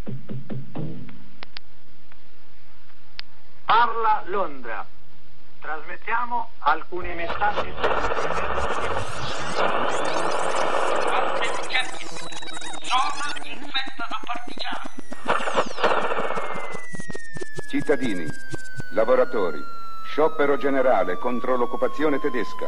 Parla Londra. Trasmettiamo alcuni messaggi. Zona infetta da partigiani. Cittadini, lavoratori, sciopero generale contro l'occupazione tedesca.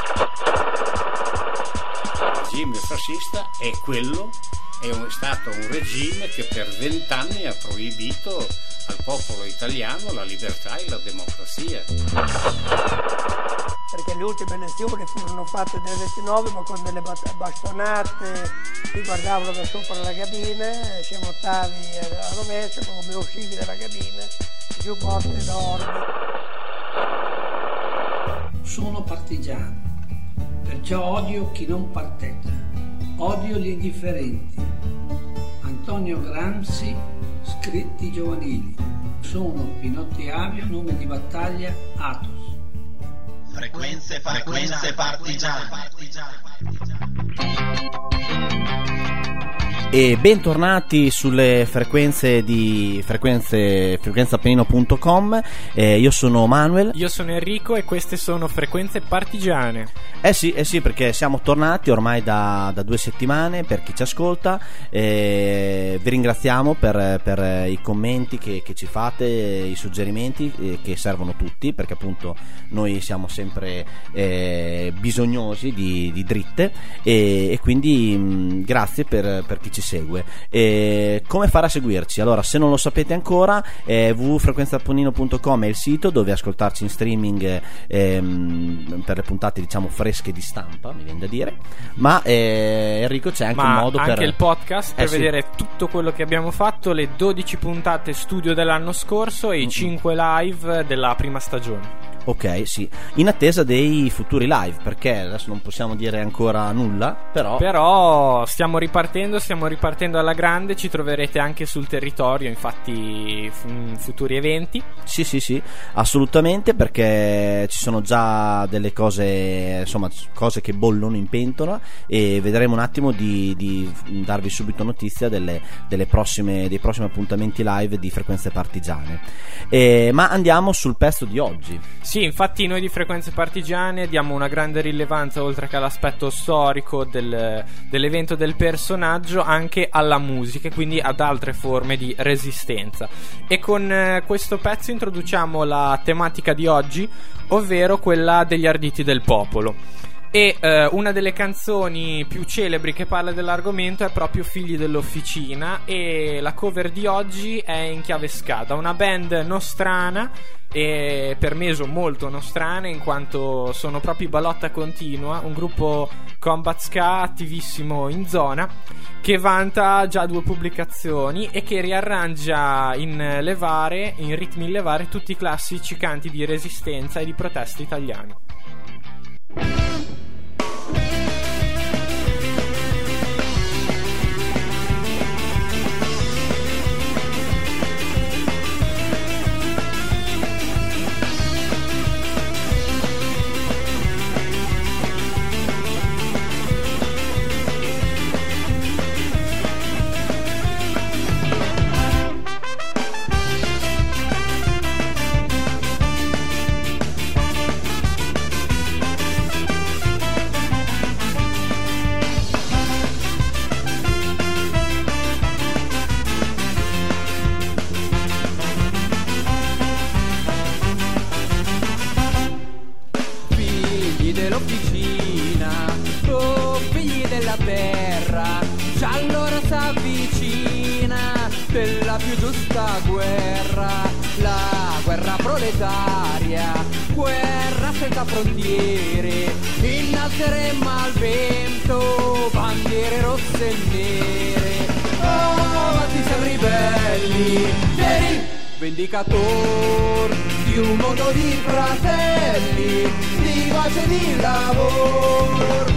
Il regime fascista è stato un regime che per 20 anni ha proibito al popolo italiano la libertà e la democrazia. Perché le ultime elezioni furono fatte nel 29, ma con delle bastonate, qui guardavano da sopra la cabina, ci votavi a rovescio, come uscivi dalla cabina, più botte d'orbi. Sono partigiano, perciò odio chi non parteggia, odio gli indifferenti. Antonio Gramsci, scritti giovanili. Sono Pinotti Avio, nome di battaglia Athos. Frequenze partigiane. E bentornati sulle frequenze di frequenzapenino.com. Io sono Manuel. Io sono Enrico e queste sono Frequenze Partigiane. Eh sì, perché siamo tornati ormai da 2 settimane, per chi ci ascolta. Vi ringraziamo per i commenti che ci fate, i suggerimenti che servono tutti, perché appunto noi siamo sempre bisognosi di dritte, e quindi grazie per chi ci segue. Come fare a seguirci? Allora, se non lo sapete ancora, www.frequenzapenino.com è il sito dove ascoltarci in streaming per le puntate, diciamo, fresche di stampa, mi viene da dire. Ma Enrico, c'è anche un modo anche per il podcast per sì, vedere tutto quello che abbiamo fatto, le 12 puntate studio dell'anno scorso e i 5 live della prima stagione. Ok, sì, in attesa dei futuri live, perché adesso non possiamo dire ancora nulla, però stiamo ripartendo alla grande. Ci troverete anche sul territorio, infatti, futuri eventi. Sì, assolutamente, perché ci sono già delle cose, insomma, cose che bollono in pentola, e vedremo un attimo di darvi subito notizia dei prossimi appuntamenti live di Frequenze Partigiane. Ma andiamo sul pezzo di oggi. Sì, infatti noi di Frequenze Partigiane diamo una grande rilevanza, oltre che all'aspetto storico dell'evento, del personaggio, anche alla musica, e quindi ad altre forme di resistenza. E con questo pezzo introduciamo la tematica di oggi, ovvero quella degli arditi del popolo. E una delle canzoni più celebri che parla dell'argomento è proprio Figli dell'Officina, e la cover di oggi è in chiave ska, da una band nostrana, e per me sono molto nostrane, in quanto sono proprio Balotta Continua, un gruppo combat ska attivissimo in zona, che vanta già 2 pubblicazioni e che riarrangia in ritmi in levare tutti i classici canti di resistenza e di protesta italiani. Guerra senza frontiere, innalzeremo al vento bandiere rosse e nere. Oh, avanti siamo ribelli, veri vendicator di un mondo di fratelli, di pace e di lavoro.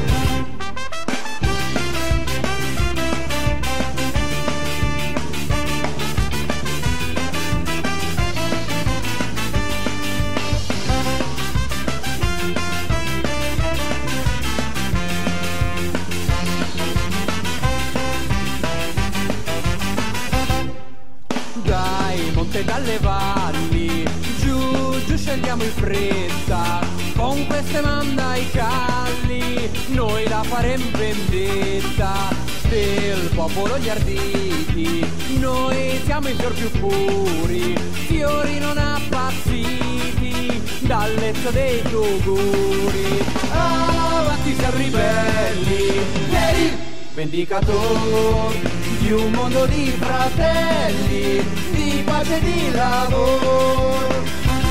monte e dalle valli, giù, giù scendiamo in fretta, con queste mandaicalli, noi la faremo vendetta, del popolo gli arditi, noi siamo i fior più puri, fiori non appassiti, dal letto dei tuguri, avanti siamo ribelli, ieri vendicator di un mondo di fratelli, di pace e di lavoro.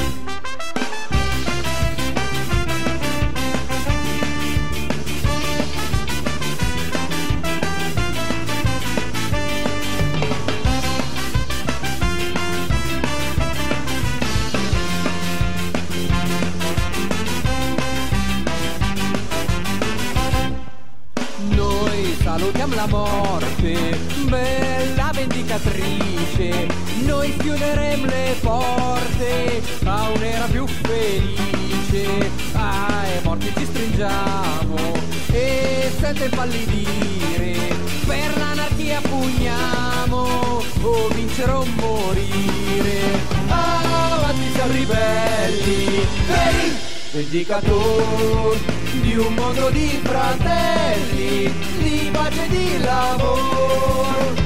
Salutiamo la morte, bella vendicatrice, noi chiuderemo le porte a un'era più felice. Ai morti ci stringiamo e senza impallidire, per l'anarchia pugniamo o vincere o morire. Avanti siamo ribelli, ehi, vendicator di un mondo di fratelli, di pace e di lavoro.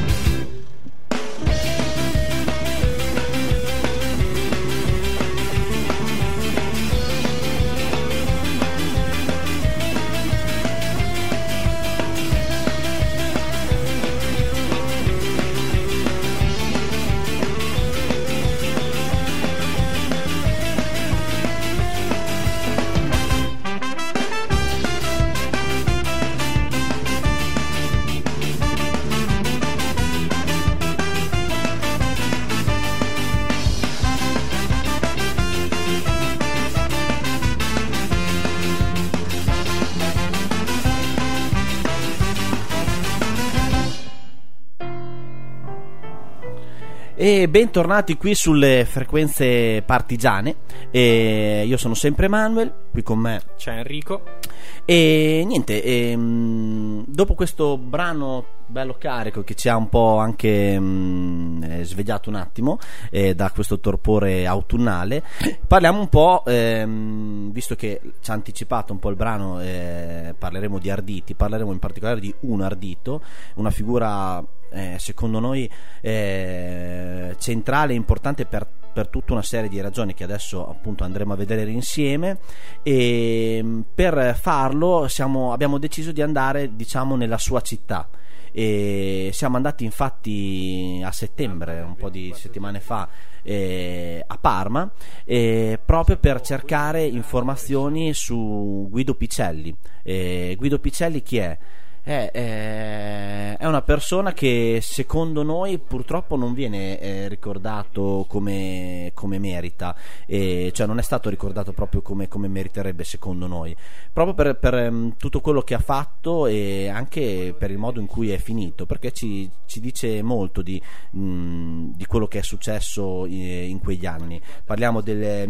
E bentornati qui sulle frequenze partigiane. Io sono sempre Emanuel, qui con me c'è Enrico. E niente, dopo questo brano bello carico che ci ha un po' anche svegliato un attimo da questo torpore autunnale, parliamo un po', visto che ci ha anticipato un po' il brano, parleremo di arditi, parleremo in particolare di un ardito, una figura secondo noi centrale e importante per tutta una serie di ragioni che adesso appunto andremo a vedere insieme. E per farlo abbiamo deciso di andare, diciamo, nella sua città. E siamo andati infatti a settembre, un po' di settimane fa, a Parma, proprio per cercare informazioni su Guido Picelli. Guido Picelli chi è? È una persona che secondo noi purtroppo non viene ricordato come merita, cioè non è stato ricordato proprio come meriterebbe secondo noi, proprio per tutto quello che ha fatto e anche per il modo in cui è finito, perché ci dice molto di quello che è successo in quegli anni. Parliamo del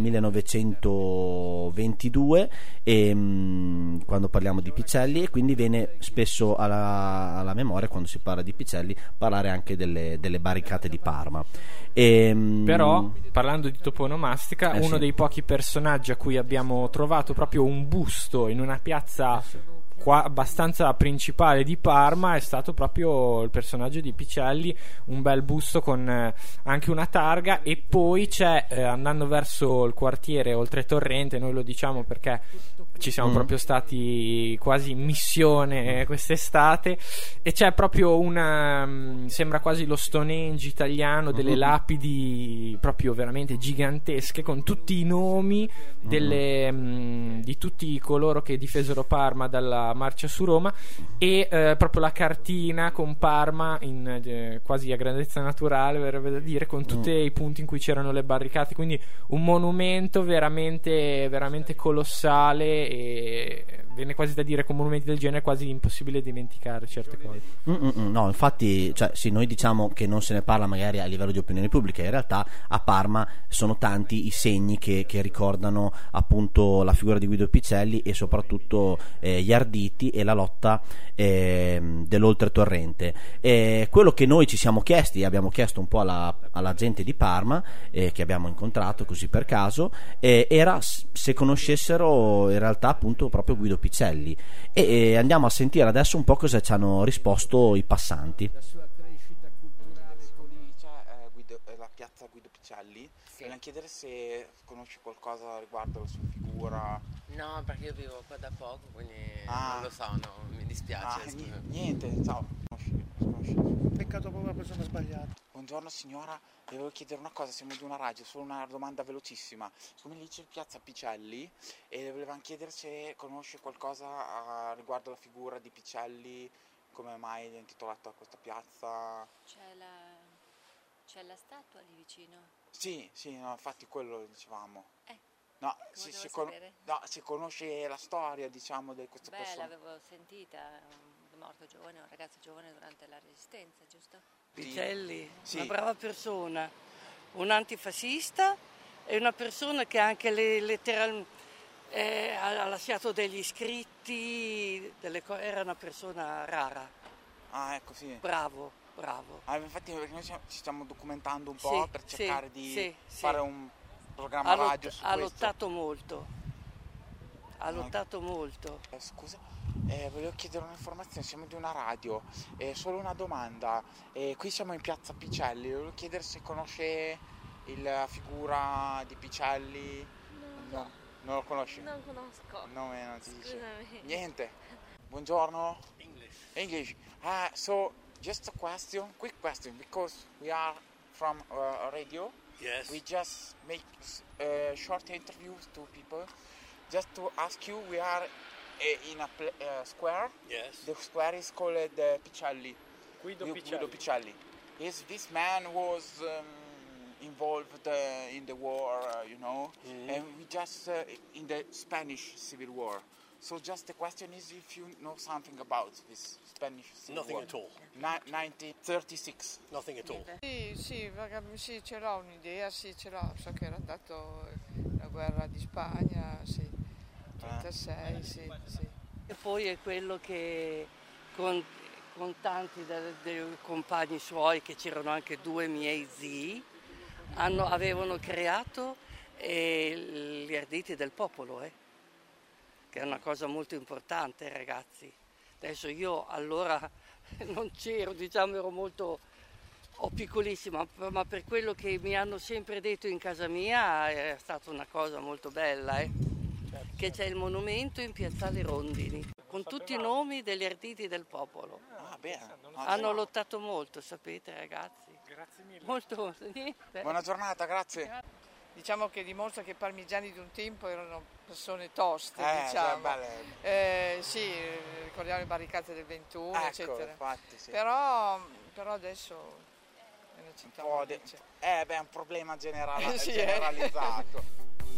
1922 quando parliamo di Picelli, e quindi viene spesso alla memoria, quando si parla di Picelli, parlare anche delle barricate di Parma. Però parlando di toponomastica, uno dei pochi personaggi a cui abbiamo trovato proprio un busto in una piazza qua abbastanza principale di Parma è stato proprio il personaggio di Picelli, un bel busto con anche una targa. E poi c'è, andando verso il quartiere Oltretorrente, noi lo diciamo perché ci siamo proprio stati quasi in missione quest'estate, e c'è proprio sembra quasi lo Stonehenge italiano, delle lapidi proprio veramente gigantesche con tutti i nomi di tutti coloro che difesero Parma dalla marcia su Roma, e proprio la cartina con Parma in quasi a grandezza naturale, verrebbe da dire, con tutti i punti in cui c'erano le barricate, quindi un monumento veramente veramente colossale e viene quasi da dire, con monumenti del genere è quasi impossibile dimenticare certe cose. No, infatti, cioè, sì, noi diciamo che non se ne parla magari a livello di opinione pubblica, in realtà a Parma sono tanti i segni che ricordano appunto la figura di Guido Picelli e soprattutto gli arditi e la lotta dell'oltretorrente. Quello che noi ci siamo chiesti, abbiamo chiesto un po' alla gente di Parma, che abbiamo incontrato così per caso, era se conoscessero in realtà appunto proprio Guido Picelli, e andiamo a sentire adesso un po' cosa ci hanno risposto i passanti. La sua crescita culturale politica, la piazza Guido Picelli, vogliamo chiedere se conosci qualcosa riguardo la sua figura. No, perché io vivo qua da poco, quindi non lo so, no, mi dispiace. Niente, ciao. Peccato proprio la persona sbagliata. Buongiorno signora, le volevo chiedere una cosa, siamo di una radio, solo una domanda velocissima. Come lì c'è il piazza Picelli e le volevamo chiedere se conosce qualcosa riguardo la figura di Picelli, come mai è intitolata a questa piazza. C'è la statua lì vicino? Sì, no, infatti quello dicevamo. No, si conosce la storia, diciamo, di questa persona. L'avevo sentita, è morto giovane, un ragazzo giovane durante la Resistenza, giusto? Picelli, una brava persona, un antifascista e una persona che anche ha lasciato degli scritti, era una persona rara. Ah, ecco, sì. Bravo. Infatti noi ci stiamo documentando un po' per cercare di fare un programma radio su questo. Ha lottato molto. Scusa, volevo chiedere un'informazione, siamo di una radio, solo una domanda. Qui siamo in piazza Picelli, volevo chiedere se conosce la figura di Picelli. No, non lo conosci? Non conosco. No, non ti dice. Scusami. Niente. Buongiorno. English. So just a quick question, because we are from radio. Yes. We just make short interviews to people. Just to ask you, we are in a square. Yes. The square is called Picelli. Guido Picelli. This man was involved in the war, and we just in the Spanish Civil War. So just the question is if you know something about this Spanish Civil Nothing War. at all. 1936. Nothing at all. Sì, ce l'ho un'idea, sì, ce l'ho. So che era andato la guerra di Spagna, sì, 36, sì. E poi è quello che con tanti dei compagni suoi, che c'erano anche 2 miei zii, avevano creato gli Arditi del Popolo, che è una cosa molto importante, ragazzi. Adesso io allora non c'ero, ero piccolissima, ma per quello che mi hanno sempre detto in casa mia è stata una cosa molto bella, che c'è il monumento in Piazzale Rondini, con tutti i nomi degli Arditi del Popolo. Hanno lottato molto, sapete, ragazzi. Grazie mille. Molto, niente. Buona giornata, grazie. Diciamo che dimostra che i parmigiani di un tempo erano persone toste, diciamo. Sì, ricordiamo le barricate del 21, eccetera. Infatti, sì. Però adesso è una città è un problema generalizzato.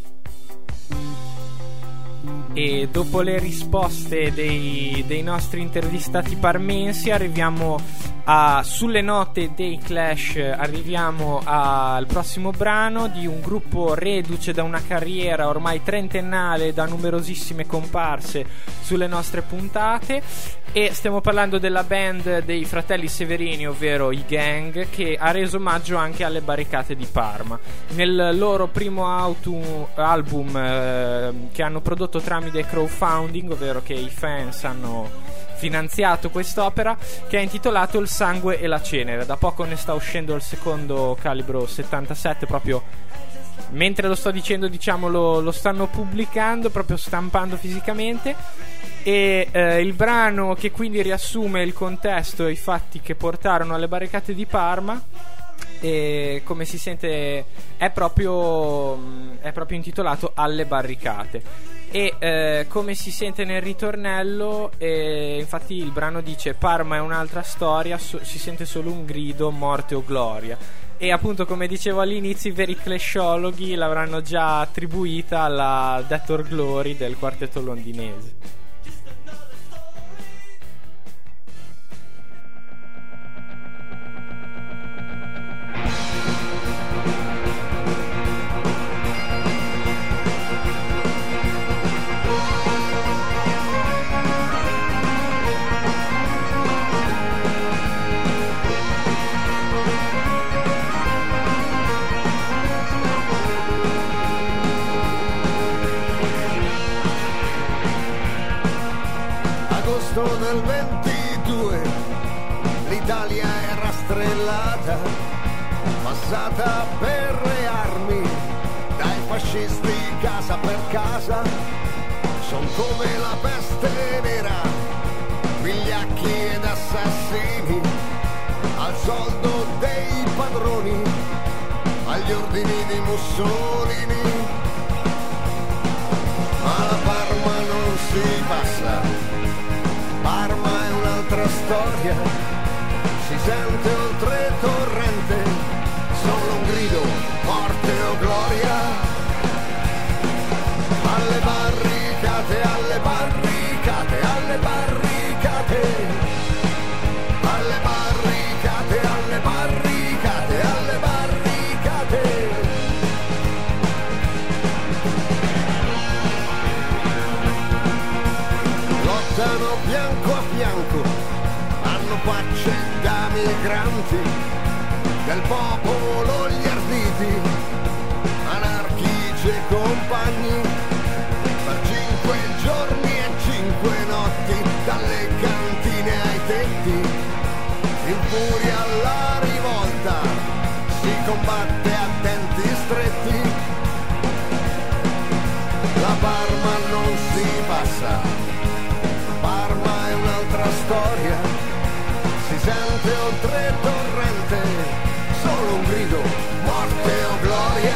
E dopo le risposte dei nostri intervistati parmensi arriviamo sulle note dei Clash, arriviamo al prossimo brano di un gruppo reduce da una carriera ormai trentennale, da numerosissime comparse sulle nostre puntate, e stiamo parlando della band dei fratelli Severini, ovvero i Gang, che ha reso omaggio anche alle barricate di Parma. Nel loro primo album che hanno prodotto tramite crowdfunding, ovvero che i fans hanno finanziato quest'opera, che è intitolato Il sangue e la cenere. Da poco ne sta uscendo il secondo, calibro 77, proprio mentre lo sto dicendo, diciamo, lo stanno pubblicando, proprio stampando fisicamente. E il brano, che quindi riassume il contesto e i fatti che portarono alle barricate di Parma, e come si sente è proprio intitolato Alle barricate. E come si sente nel ritornello, infatti il brano dice: Parma è un'altra storia, si sente solo un grido, morte o gloria. E appunto, come dicevo all'inizio, i veri clashologi l'avranno già attribuita alla Death or Glory del quartetto londinese. Del 22 l'Italia è rastrellata, passata per le armi dai fascisti casa per casa, son come la peste nera, vigliacchi ed assassini, al soldo dei padroni, agli ordini di Mussolini, ma la Parma non si passa. Parma è un'altra storia, si sente oltre torrente, solo un grido, morte o gloria. Alle barricate, alle barricate, alle barricate, alle barricate, alle barricate, alle barricate. Lottano fianco a fianco, hanno facce da migranti, del popolo gli arditi, anarchici e compagni, per 5 giorni e 5 notti, dalle cantine ai tetti, in furia alla rivolta, si combatte a denti stretti, la Parma non si passa. Parma è un'altra storia, si sente oltre torrente, solo un grido, morte o gloria.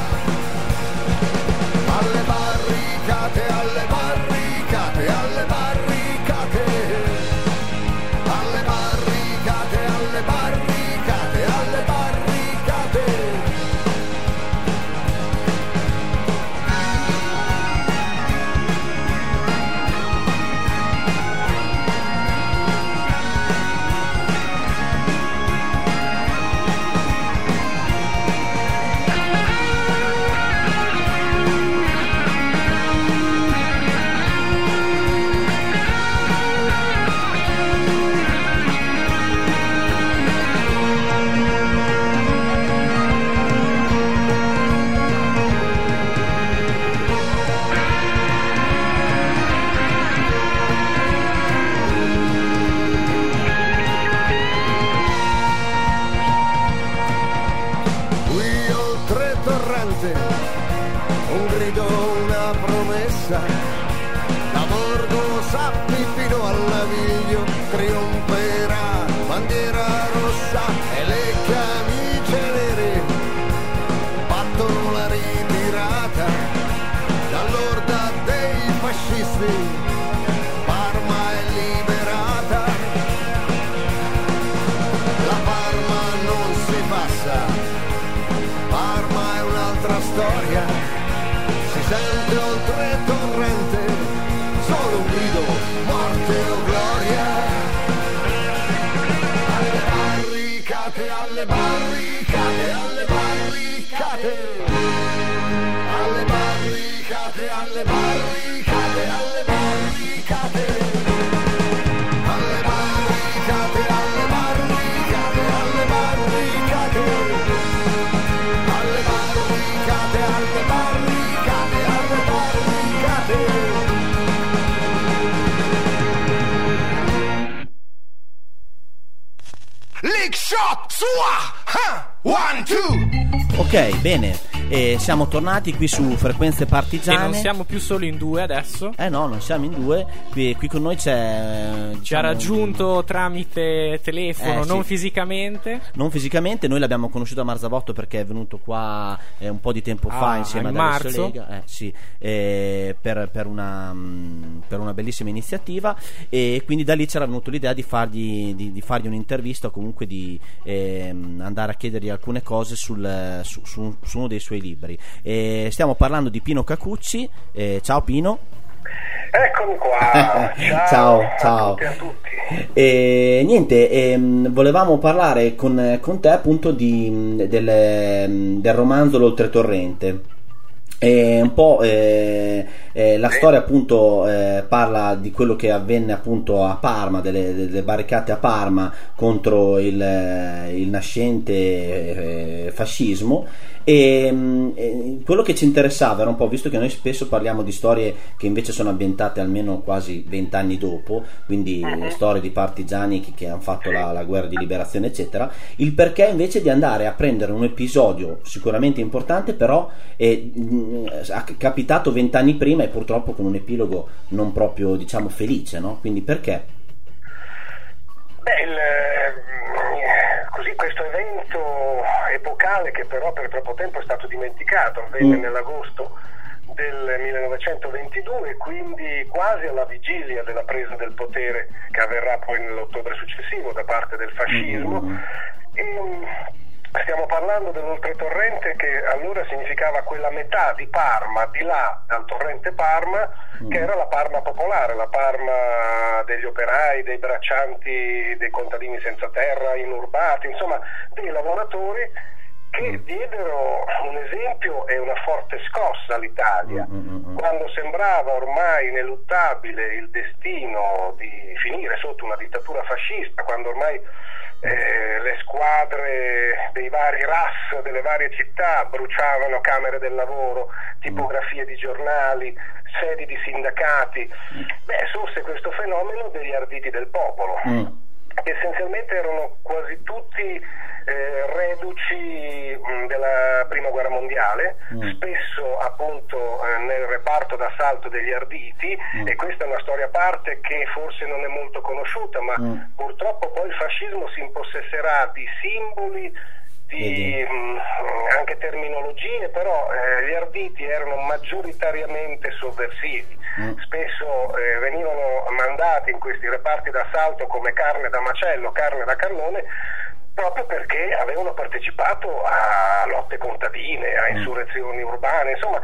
Alle barricate, alle barricate, alle barricate, alle barricate, alle barricate, alle barricate. Un grido, una promessa, da Borgo Sappi fino al Naviglio trionferà, bandiera rossa e le camicie nere battono la ritirata dall'orda dei fascisti. Parma è liberata, la Parma non si passa. Parma è un'altra storia, si sente oltre torrente, solo un grido, morte o gloria. Alle barricate, alle barricate, alle barricate, alle barricate, alle barricate, alle barricate, alle barricate, alle barricate, alle barricate. Alle barricate, alle barricate, alle barricate. Ok, bene. E siamo tornati qui su Frequenze Partigiane. E non siamo più solo in due adesso. No, non siamo in due. Qui con noi c'è, ci ha raggiunto tramite telefono, non fisicamente. Non fisicamente, noi l'abbiamo conosciuto a Marzabotto perché è venuto qua un po' di tempo fa insieme ad Alessio Lega, per una bellissima iniziativa, e quindi da lì c'era venuto l'idea di fargli un'intervista, o comunque di andare a chiedergli alcune cose su uno dei suoi libri. Stiamo parlando di Pino Cacucci. Ciao Pino. Eccomi qua. Ciao a tutti. Niente, volevamo parlare con te appunto del romanzo L'Oltretorrente. Un po' la storia appunto parla di quello che avvenne appunto a Parma, delle barricate a Parma contro il nascente fascismo, e quello che ci interessava era un po', visto che noi spesso parliamo di storie che invece sono ambientate almeno quasi 20 anni dopo, quindi storie di partigiani che hanno fatto la guerra di liberazione eccetera, il perché invece di andare a prendere un episodio sicuramente importante, però capitato 20 anni prima e purtroppo con un epilogo non proprio, diciamo, felice, no? Quindi perché? Così questo evento epocale, che però per troppo tempo è stato dimenticato, avvenne nell'agosto del 1922, quindi quasi alla vigilia della presa del potere che avverrà poi nell'ottobre successivo da parte del fascismo. Stiamo parlando dell'Oltretorrente, che allora significava quella metà di Parma, di là dal torrente Parma, che era la Parma popolare, la Parma degli operai, dei braccianti, dei contadini senza terra, inurbati, insomma dei lavoratori che diedero un esempio e una forte scossa all'Italia. Quando sembrava ormai ineluttabile il destino di finire sotto una dittatura fascista, quando ormai le squadre dei vari RAS delle varie città bruciavano camere del lavoro, tipografie di giornali, sedi di sindacati, sorse questo fenomeno degli arditi del popolo, che essenzialmente erano quasi tutti reduci della prima guerra mondiale, spesso appunto nel reparto d'assalto degli arditi, e questa è una storia a parte che forse non è molto conosciuta, ma purtroppo poi il fascismo si impossesserà di simboli, di anche terminologie, però gli arditi erano maggioritariamente sovversivi, spesso venivano mandati in questi reparti d'assalto come carne da macello, carne da cannone, proprio perché avevano partecipato a lotte contadine, a insurrezioni urbane, insomma.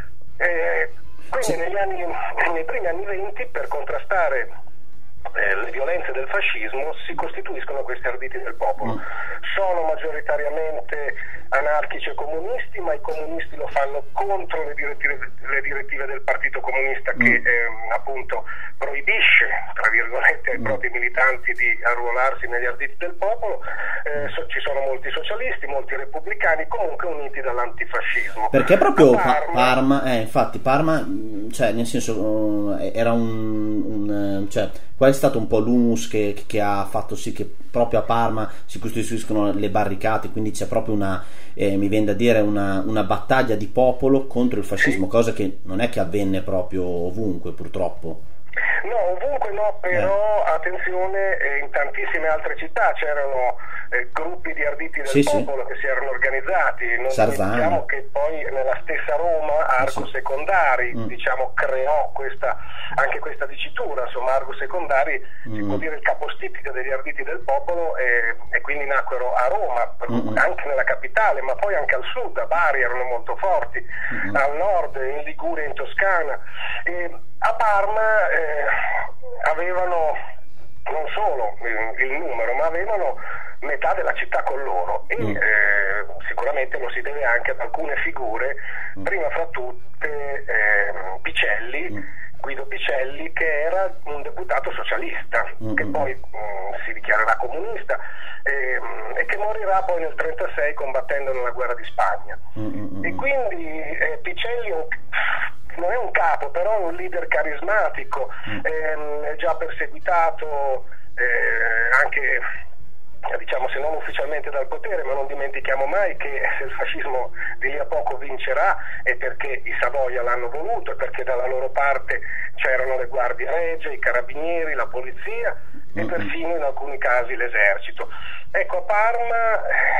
Quindi nei primi anni 20, per contrastare le violenze del fascismo, si costituiscono questi arditi del popolo. Sono maggioritariamente anarchici e comunisti, ma i comunisti lo fanno contro le direttive del Partito Comunista, che appunto proibisce, tra virgolette, ai propri militanti di arruolarsi negli arditi del popolo. Ci sono molti socialisti, molti repubblicani, comunque uniti dall'antifascismo. Perché proprio Parma, infatti Parma, cioè nel senso era cioè, qual è stato un po' l'humus che ha fatto sì che proprio a Parma si costituiscono le barricate, quindi c'è proprio mi viene da dire una battaglia di popolo contro il fascismo, cosa che non è che avvenne proprio ovunque, purtroppo. No, ovunque no, però attenzione, in tantissime altre città c'erano gruppi di arditi del popolo che si erano organizzati. Non dimentichiamo che poi nella stessa Roma Argo Secondari diciamo creò anche questa dicitura, insomma Argo Secondari si può dire il capostipite degli arditi del popolo, e quindi nacquero a Roma, anche nella capitale, ma poi anche al sud, a Bari erano molto forti, al nord, in Liguria, in Toscana. A Parma avevano non solo il numero, ma avevano metà della città con loro, e sicuramente lo si deve anche ad alcune figure, prima fra tutte Guido Picelli, che era un deputato socialista, che poi si dichiarerà comunista, e che morirà poi nel 1936 combattendo nella guerra di Spagna. E quindi Picelli non è un capo, però è un leader carismatico, è già perseguitato anche diciamo, se non ufficialmente dal potere, ma non dimentichiamo mai che se il fascismo di lì a poco vincerà è perché i Savoia l'hanno voluto, è perché dalla loro parte c'erano le guardie regie, i carabinieri, la polizia e perfino in alcuni casi l'esercito. Ecco, a Parma,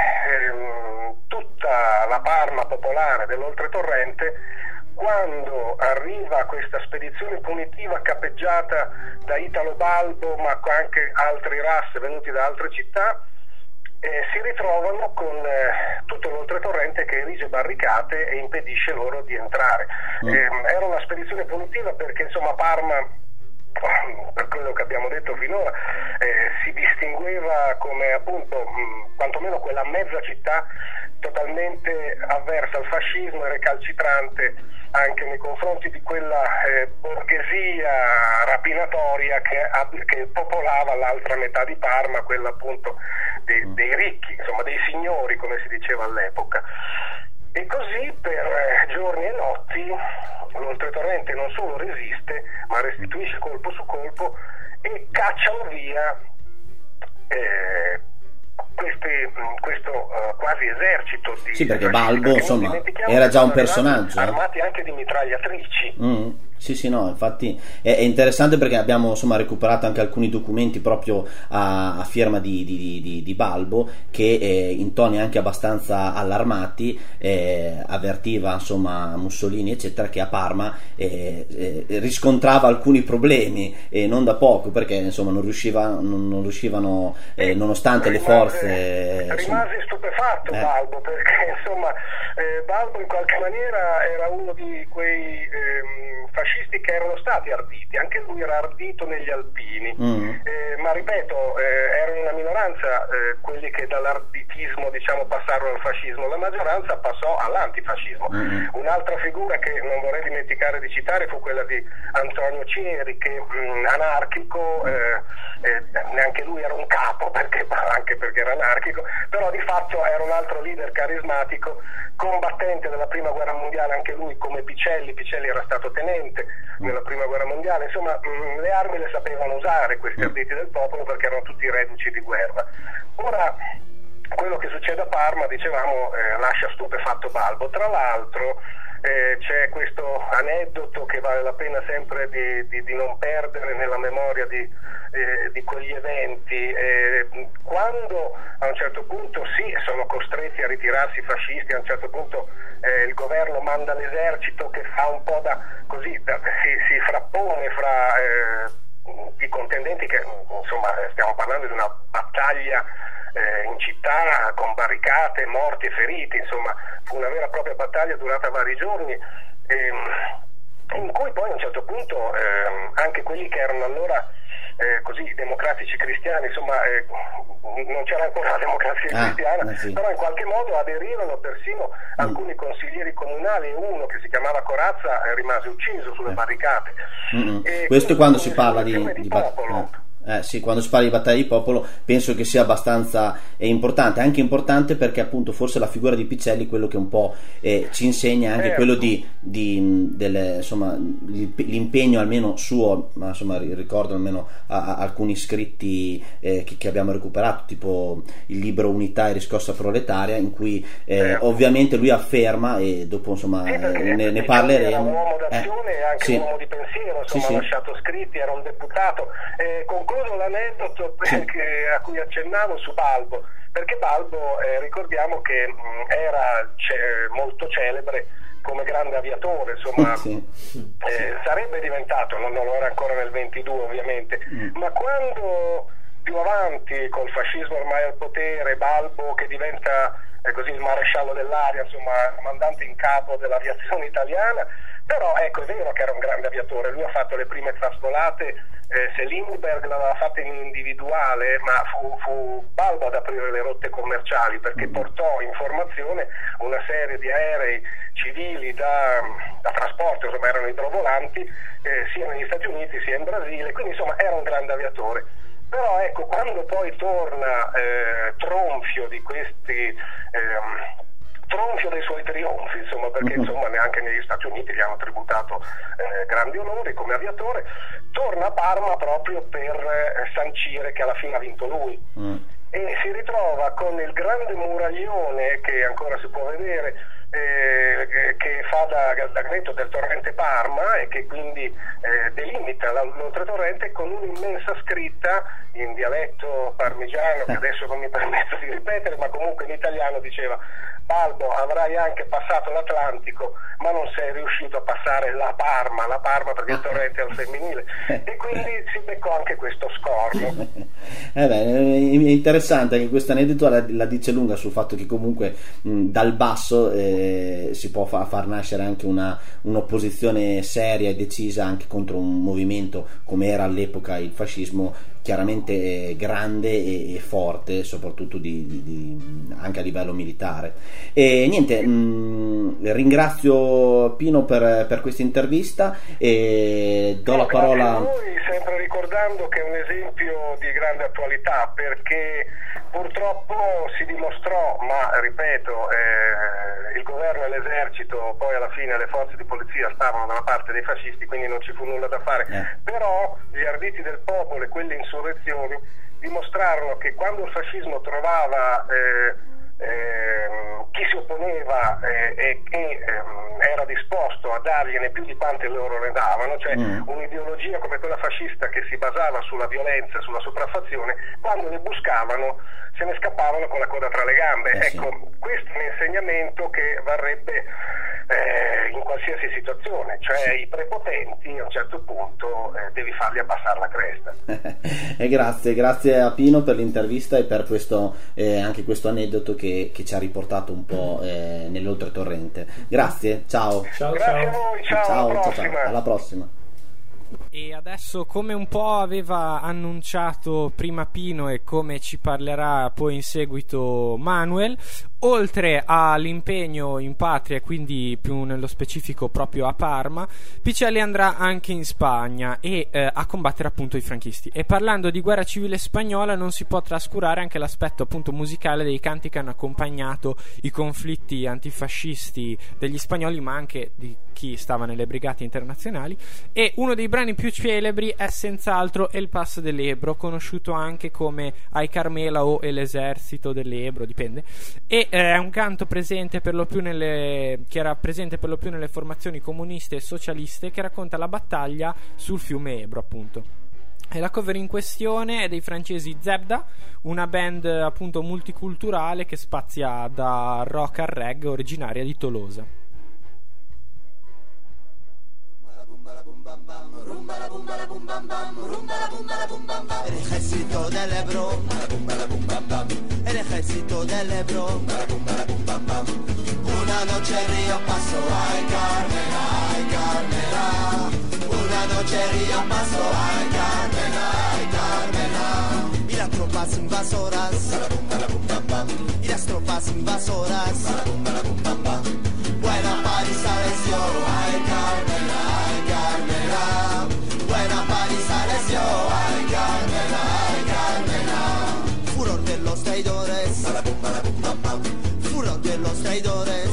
tutta la Parma popolare dell'Oltretorrente, quando arriva questa spedizione punitiva capeggiata da Italo Balbo, ma anche altri RAS venuti da altre città, si ritrovano con tutto l'Oltretorrente che erige barricate e impedisce loro di entrare. Era una spedizione punitiva perché, insomma, Parma, per quello che abbiamo detto finora, si distingueva come, appunto, quantomeno quella mezza città totalmente avversa al fascismo e recalcitrante anche nei confronti di quella borghesia rapinatoria che popolava l'altra metà di Parma, quella appunto dei ricchi, insomma dei signori, come si diceva all'epoca. E così per giorni e notti l'Oltretorrente non solo resiste, ma restituisce colpo su colpo e cacciano via questo quasi esercito di... Sì, perché Balbo, insomma, era già un personaggio. Armati anche di mitragliatrici. Sì, no, infatti è interessante perché abbiamo, insomma, recuperato anche alcuni documenti proprio a firma di Balbo che in toni anche abbastanza allarmati avvertiva, insomma, Mussolini eccetera, che a Parma riscontrava alcuni problemi e non da poco, perché insomma non riuscivano nonostante le forze... Rimase stupefatto Balbo, perché insomma Balbo in qualche maniera era uno di quei fascisti che erano stati arditi, anche lui era ardito negli Alpini, ma ripeto, erano una minoranza quelli che dall'arditismo, diciamo, passarono al fascismo, la maggioranza passò all'antifascismo. Un'altra figura che non vorrei dimenticare di citare fu quella di Antonio Cieri, che anarchico, neanche lui era un capo, anche perché era anarchico, però di fatto era un altro leader carismatico, combattente della prima guerra mondiale, anche lui come Picelli era stato tenente nella prima guerra mondiale, insomma le armi le sapevano usare questi arditi del popolo, perché erano tutti reduci di guerra. Ora, quello che succede a Parma, dicevamo, lascia stupefatto Balbo. Tra l'altro c'è questo aneddoto che vale la pena sempre di non perdere nella memoria di quegli eventi. Quando a un certo punto sono costretti a ritirarsi i fascisti, a un certo punto il governo manda l'esercito che fa un po' si frappone fra i contendenti, che insomma stiamo parlando di una battaglia in città con barricate, morti e feriti, insomma fu una vera e propria battaglia durata vari giorni, in cui poi a un certo punto anche quelli che erano allora così democratici cristiani, insomma non c'era ancora la democrazia cristiana, però in qualche modo aderirono persino alcuni consiglieri comunali, e uno che si chiamava Corazza rimase ucciso sulle barricate. Questo quando si parla di popolo. Sì, quando si parla di battaglia di popolo penso che sia abbastanza importante, anche importante perché appunto forse la figura di Picelli, quello che un po' ci insegna anche quello insomma, l'impegno almeno suo, ma insomma ricordo almeno alcuni scritti che abbiamo recuperato, tipo il libro Unità e riscossa proletaria, in cui ovviamente lui afferma, e dopo insomma ne parleremo, era un uomo d'azione e anche un uomo di pensiero, insomma, ha lasciato scritti, era un deputato. Concludo l'aneddoto a cui accennavo su Balbo, perché Balbo ricordiamo che era molto celebre come grande aviatore, insomma sarebbe diventato, non lo era ancora nel 22 ovviamente, ma quando più avanti, col fascismo ormai al potere, Balbo che diventa così il maresciallo dell'aria, insomma comandante in capo dell'aviazione italiana, però ecco, è vero che era un grande aviatore, lui ha fatto le prime trasvolate, se Lindbergh l'aveva fatta in individuale, ma fu Balbo ad aprire le rotte commerciali, perché portò in formazione una serie di aerei civili da trasporto, insomma erano idrovolanti, sia negli Stati Uniti sia in Brasile, quindi insomma era un grande aviatore. Però ecco, quando poi torna tronfio di questi tronfio dei suoi trionfi, insomma, perché insomma neanche negli Stati Uniti gli hanno tributato grandi onori come aviatore, torna a Parma proprio per sancire che alla fine ha vinto lui. e si ritrova con il grande muraglione che ancora si può vedere, che fa da gradinetto del torrente Parma e che quindi delimita l'oltretorrente, con un'immensa scritta in dialetto parmigiano, che adesso non mi permetto di ripetere, ma comunque in italiano diceva: Balbo, avrai anche passato l'Atlantico, ma non sei riuscito a passare la Parma perché il torrente è al femminile, e quindi si beccò anche questo scorno. È interessante che questo aneddoto la dice lunga sul fatto che comunque dal basso si può far nascere anche un'opposizione seria e decisa anche contro un movimento come era all'epoca il fascismo, chiaramente grande e forte, soprattutto anche a livello militare. E niente, ringrazio Pino per questa intervista e do la parola a voi, sempre ricordando che è un esempio di grande attualità, perché purtroppo si dimostrò, ma ripeto, il governo e l'esercito, poi alla fine le forze di polizia stavano dalla parte dei fascisti, quindi non ci fu nulla da fare, però gli arditi del popolo e quelle insurrezioni dimostrarono che quando il fascismo trovava chi si opponeva e che era disposto a dargliene più di quante loro ne davano, cioè un'ideologia come quella fascista che si basava sulla violenza, sulla sopraffazione, quando le buscavano se ne scappavano con la coda tra le gambe. Ecco, questo è un insegnamento che varrebbe in qualsiasi situazione, cioè i prepotenti a un certo punto devi farli abbassare la cresta. E grazie a Pino per l'intervista e per questo anche questo aneddoto che ci ha riportato un po' nell'oltretorrente. Grazie, ciao. Grazie a voi, ciao, alla prossima. E adesso, come un po' aveva annunciato prima Pino e come ci parlerà poi in seguito Manuel, oltre all'impegno in patria, quindi più nello specifico proprio a Parma, Picelli andrà anche in Spagna e a combattere appunto i franchisti. E parlando di guerra civile spagnola non si può trascurare anche l'aspetto appunto musicale dei canti che hanno accompagnato i conflitti antifascisti degli spagnoli, ma anche di chi stava nelle brigate internazionali. E uno dei brani più celebri è senz'altro El Paso dell'Ebro, conosciuto anche come Ay Carmela o El Esercito dell'Ebro, dipende, e è un canto presente per lo più che era presente per lo più nelle formazioni comuniste e socialiste, che racconta la battaglia sul fiume Ebro, appunto. E la cover in questione è dei francesi Zebda, una band appunto multiculturale che spazia da rock al reggae, originaria di Tolosa. El ejército del Ebro, el ejército del Ebro. Una noche Río pasó, ay Carmela, ay Carmela. Una noche Río pasó, ay Carmela, ay Carmela. Y las tropas invasoras, y las tropas invasoras. Buena paliza les dio, ay Carmela, ay Carmela. Buena paliza les dio, ay Carmela, ay Carmela. Furor de los traidores, furor de los traidores.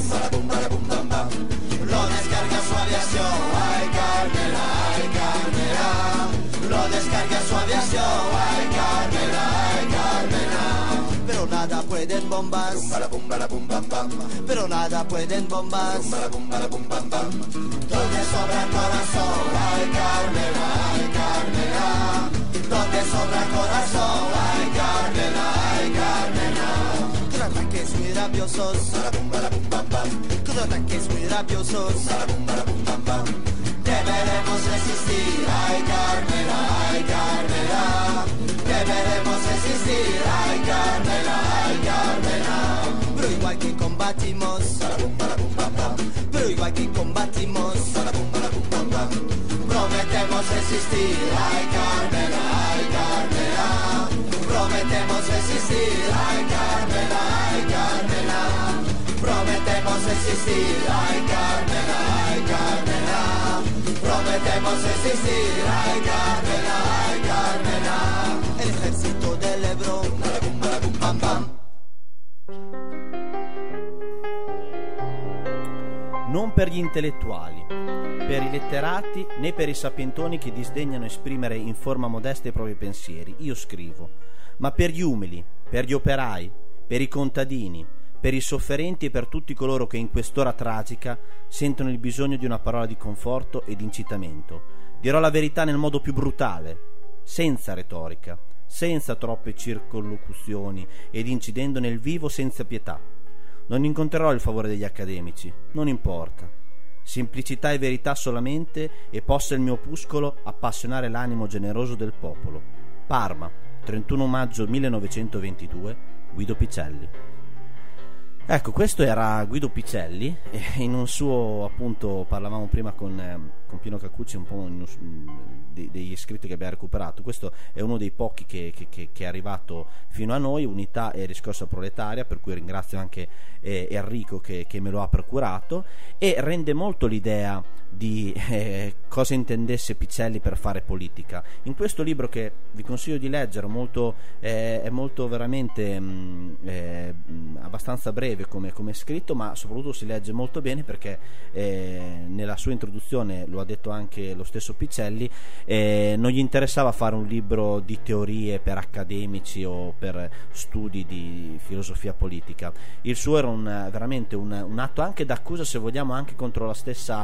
Lo descarga su aviación, ay Carmela, ay Carmela. Lo descarga su aviación, ay Carmela, ay Carmela. Pero nada pueden bombas, pero nada pueden bombas. Donde sobra corazón, ay Carmela, ay Carmela. Donde sobra corazón, ay Carmela, ay Carmela. Con ataques muy rabiosos, con ataques muy rabiosos. Deberemos resistir, ay Carmela, ay Carmela. Deberemos resistir, ay Carmela, ay Carmela. Pero igual que combatimos, pero igual que combatimos, prometemos resistir, ay Carmela, ay Carmela. Prometemos resistir, ay Carmela, ay Carmela. Prometemos resistir, ay Carmela, ay Carmela. Prometemos resistir, ay Carmela, ay Carmela. El ejército del Ebro, bam bam. Non per gli intellettuali, per i letterati, né per i sapientoni che disdegnano esprimere in forma modesta i propri pensieri, io scrivo, ma per gli umili, per gli operai, per i contadini, per i sofferenti e per tutti coloro che in quest'ora tragica sentono il bisogno di una parola di conforto e di incitamento. Dirò la verità nel modo più brutale, senza retorica, senza troppe circonlocuzioni ed incidendo nel vivo senza pietà. Non incontrerò il favore degli accademici, non importa. Semplicità e verità solamente, e possa il mio opuscolo appassionare l'animo generoso del popolo. Parma, 31 maggio 1922, Guido Picelli. Ecco, questo era Guido Picelli, e in un suo, appunto, parlavamo prima con Pino Cacucci un po' degli scritti che abbiamo recuperato. Questo è uno dei pochi che è arrivato fino a noi, Unità e riscossa proletaria, per cui ringrazio anche Enrico che me lo ha procurato, e rende molto l'idea di cosa intendesse Picelli per fare politica. In questo libro, che vi consiglio di leggere, è molto veramente abbastanza breve come scritto, ma soprattutto si legge molto bene, perché nella sua introduzione, lo ha detto anche lo stesso Picelli, non gli interessava fare un libro di teorie per accademici o per studi di filosofia politica. Il suo era veramente un atto anche d'accusa, se vogliamo, anche contro la stessa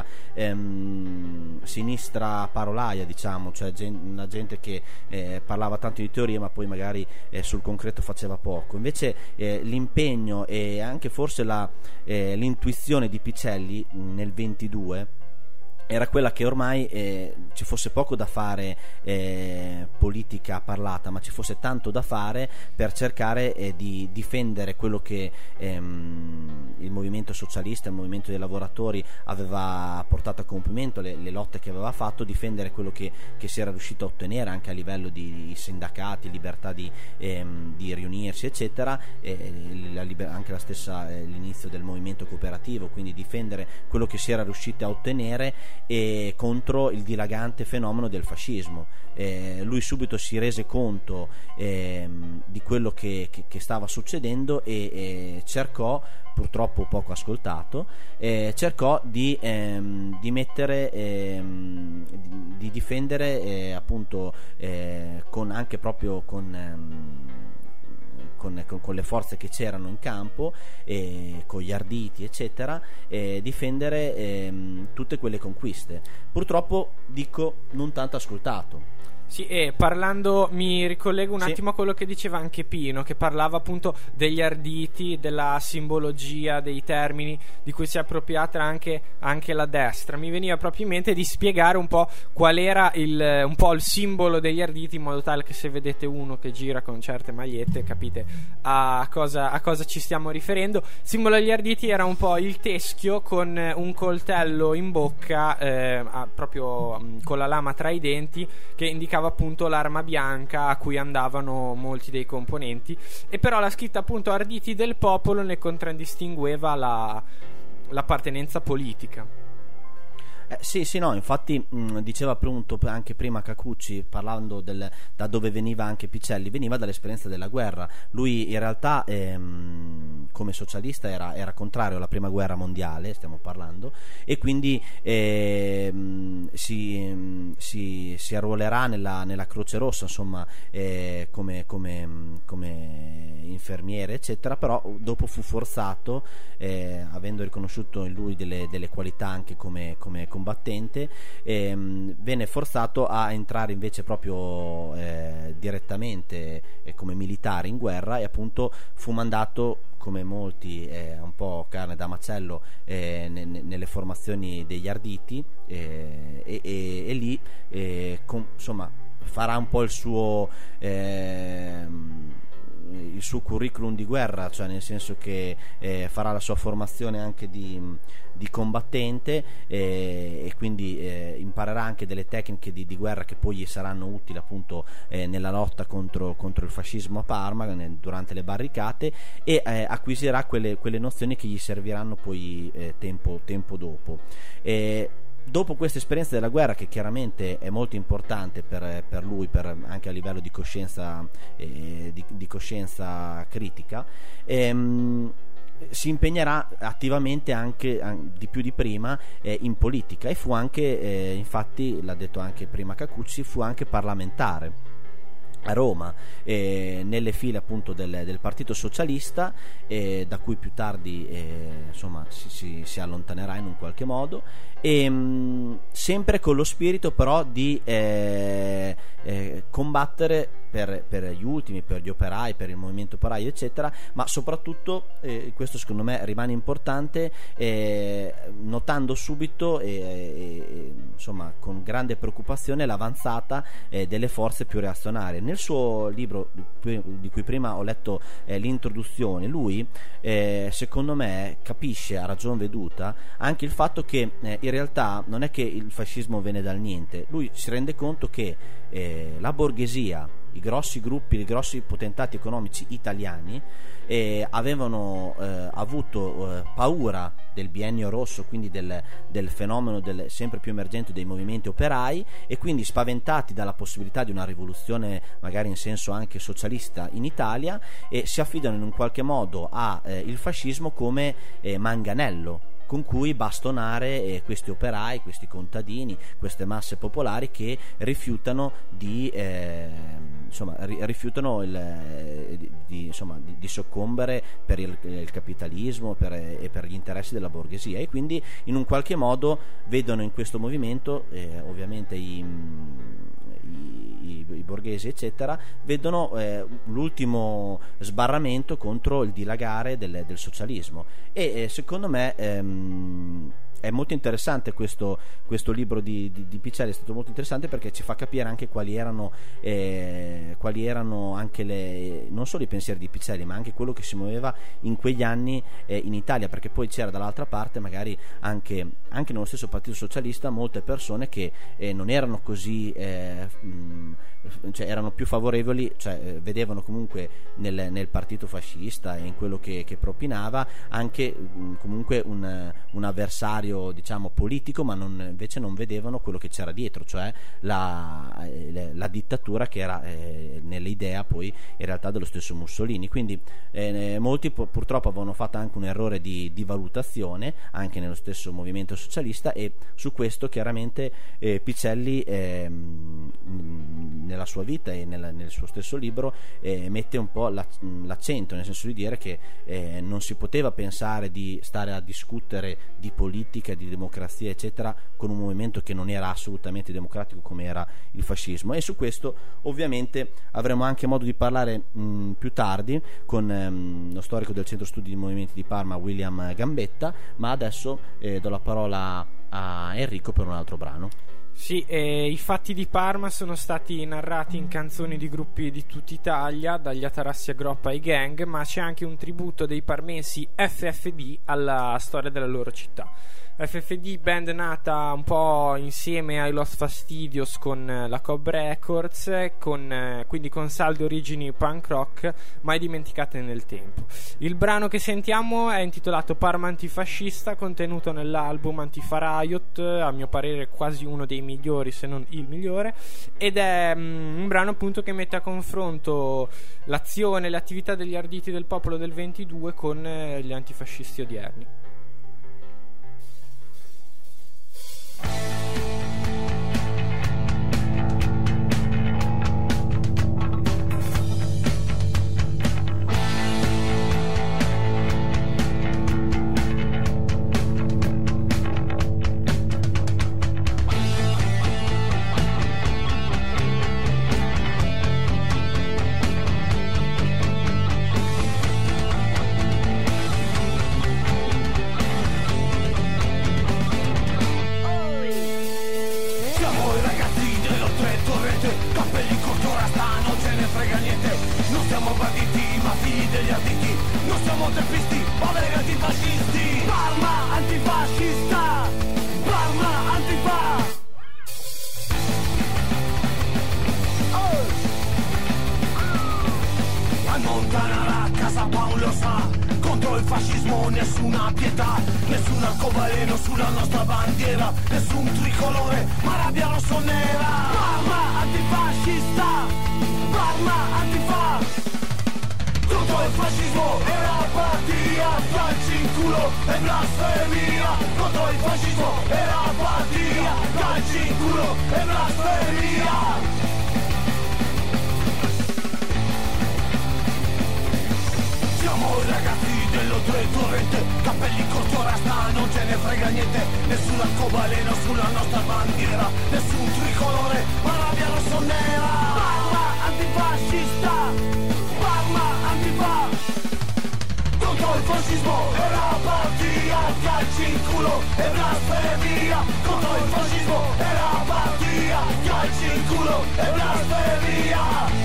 sinistra parolaia, diciamo, cioè una gente che parlava tanto di teoria ma poi magari sul concreto faceva poco. Invece l'impegno e anche forse l'intuizione di Picelli nel 22 era quella che ormai ci fosse poco da fare politica parlata, ma ci fosse tanto da fare per cercare di difendere quello che il movimento socialista, il movimento dei lavoratori aveva portato a compimento, le lotte che aveva fatto, difendere quello che si era riuscito a ottenere anche a livello di sindacati, libertà di riunirsi, eccetera, anche la stessa l'inizio del movimento cooperativo, quindi difendere quello che si era riusciti a ottenere e contro il dilagante fenomeno del fascismo. Lui subito si rese conto di quello che stava succedendo e cercò, purtroppo poco ascoltato, cercò di mettere di difendere appunto anche proprio con le forze che c'erano in campo, con gli arditi, eccetera, difendere tutte quelle conquiste. Purtroppo, dico, non tanto ascoltato. Sì, e parlando, mi ricollego un attimo a quello che diceva anche Pino, che parlava appunto degli arditi, della simbologia, dei termini di cui si è appropriata anche la destra. Mi veniva proprio in mente di spiegare un po' qual era un po' il simbolo degli arditi, in modo tale che se vedete uno che gira con certe magliette capite a cosa ci stiamo riferendo. Il simbolo degli arditi era un po' il teschio con un coltello in bocca, proprio con la lama tra i denti, che indicava appunto l'arma bianca a cui andavano molti dei componenti, e però la scritta appunto arditi del popolo ne contraddistingueva l'appartenenza politica. Sì, no, infatti diceva appunto anche prima Cacucci, parlando da dove veniva anche Picelli, veniva dall'esperienza della guerra. Lui in realtà come socialista era contrario alla prima guerra mondiale, stiamo parlando, e quindi si arruolerà nella Croce Rossa, insomma, come infermiere, eccetera. Però dopo fu forzato, avendo riconosciuto in lui delle qualità anche come combattente, venne forzato a entrare invece proprio direttamente come militare in guerra, e appunto fu mandato, come molti, un po' carne da macello, nelle formazioni degli arditi, e lì insomma farà un po' il suo curriculum di guerra, cioè nel senso che farà la sua formazione anche di combattente, e quindi imparerà anche delle tecniche di guerra che poi gli saranno utili appunto nella lotta contro il fascismo a Parma durante le barricate, e acquisirà quelle nozioni che gli serviranno poi tempo dopo. Dopo questa esperienza della guerra, che chiaramente è molto importante per lui, anche a livello di coscienza, di coscienza critica, si impegnerà attivamente anche di più di prima in politica, e fu anche, infatti l'ha detto anche prima Cacucci, fu anche parlamentare. a Roma, nelle file appunto del Partito Socialista, da cui più tardi insomma si allontanerà in un qualche modo, e sempre con lo spirito però di combattere per gli ultimi, per gli operai, per il movimento operaio eccetera, ma soprattutto questo secondo me rimane importante, notando subito insomma con grande preoccupazione l'avanzata delle forze più reazionarie. Nel suo libro di cui prima ho letto l'introduzione, lui secondo me capisce a ragion veduta anche il fatto che in realtà non è che il fascismo viene dal niente. Lui si rende conto che la borghesia, i grossi gruppi, i grossi potentati economici italiani avevano avuto paura del biennio rosso, quindi del fenomeno sempre più emergente dei movimenti operai, e quindi spaventati dalla possibilità di una rivoluzione magari in senso anche socialista in Italia, e si affidano in un qualche modo al fascismo come manganello con cui bastonare questi operai, questi contadini, queste masse popolari che rifiutano di soccombere per il capitalismo e per gli interessi della borghesia, e quindi in un qualche modo vedono in questo movimento ovviamente i borghesi eccetera, vedono l'ultimo sbarramento contro il dilagare del socialismo, e secondo me è molto interessante questo libro di Picelli. È stato molto interessante perché ci fa capire anche quali erano anche non solo i pensieri di Picelli, ma anche quello che si muoveva in quegli anni in Italia, perché poi c'era dall'altra parte magari anche nello stesso Partito Socialista molte persone che non erano così erano più favorevoli, vedevano comunque nel partito fascista e in quello che propinava anche comunque un avversario diciamo politico, ma invece non vedevano quello che c'era dietro, cioè la dittatura che era nell'idea poi in realtà dello stesso Mussolini. Quindi molti purtroppo avevano fatto anche un errore di valutazione anche nello stesso movimento socialista, e su questo chiaramente Picelli nella sua vita e nel suo stesso libro mette un po' l'accento, nel senso di dire che non si poteva pensare di stare a discutere di politica, di democrazia eccetera con un movimento che non era assolutamente democratico come era il fascismo. E su questo ovviamente avremo anche modo di parlare più tardi con lo storico del Centro Studi di Movimenti di Parma, William Gambetta, ma adesso do la parola a Enrico per un altro brano. Sì, i fatti di Parma sono stati narrati in canzoni di gruppi di tutta Italia, dagli Atarassi a Groppa ai Gang, ma c'è anche un tributo dei parmensi FFD alla storia della loro città. FFD, band nata un po' insieme ai Los Fastidios con la Cobb Records, quindi con salde origini punk rock mai dimenticate nel tempo. Il brano che sentiamo è intitolato Parma Antifascista, contenuto nell'album Antifa Riot, a mio parere quasi uno dei migliori se non il migliore, ed è un brano appunto che mette a confronto l'azione e le attività degli arditi del popolo del 22 con gli antifascisti odierni. Nessuna pietà, nessun arcobaleno sulla nostra bandiera, nessun tricolore, ma rabbia rossonera. Parma antifascista, Parma antifa. Contro il fascismo e l'apatia, calci in culo e blasfemia. Contro il fascismo e l'apatia, calci in culo e blasfemia. Siamo i ragazzi dell'Oltretorrente, capelli corto rasta, non ce ne frega niente. Nessun arcobaleno sulla nostra bandiera, nessun tricolore, ma rabbia rossonera. Parma antifascista, Parma antifa. Contro il fascismo e la patia, calci in culo e blasfemia. Contro il fascismo e la patia, calci in culo e blasfemia.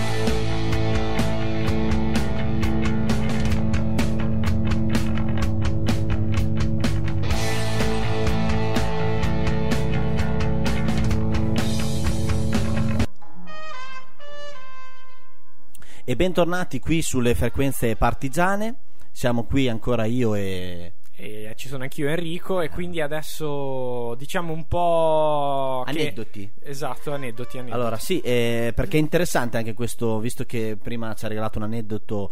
E bentornati qui sulle frequenze partigiane. Siamo qui ancora io e ci sono anch'io, Enrico, e quindi adesso diciamo un po' aneddoti. Esatto, aneddoti. Allora sì, perché è interessante anche questo, visto che prima ci ha regalato un aneddoto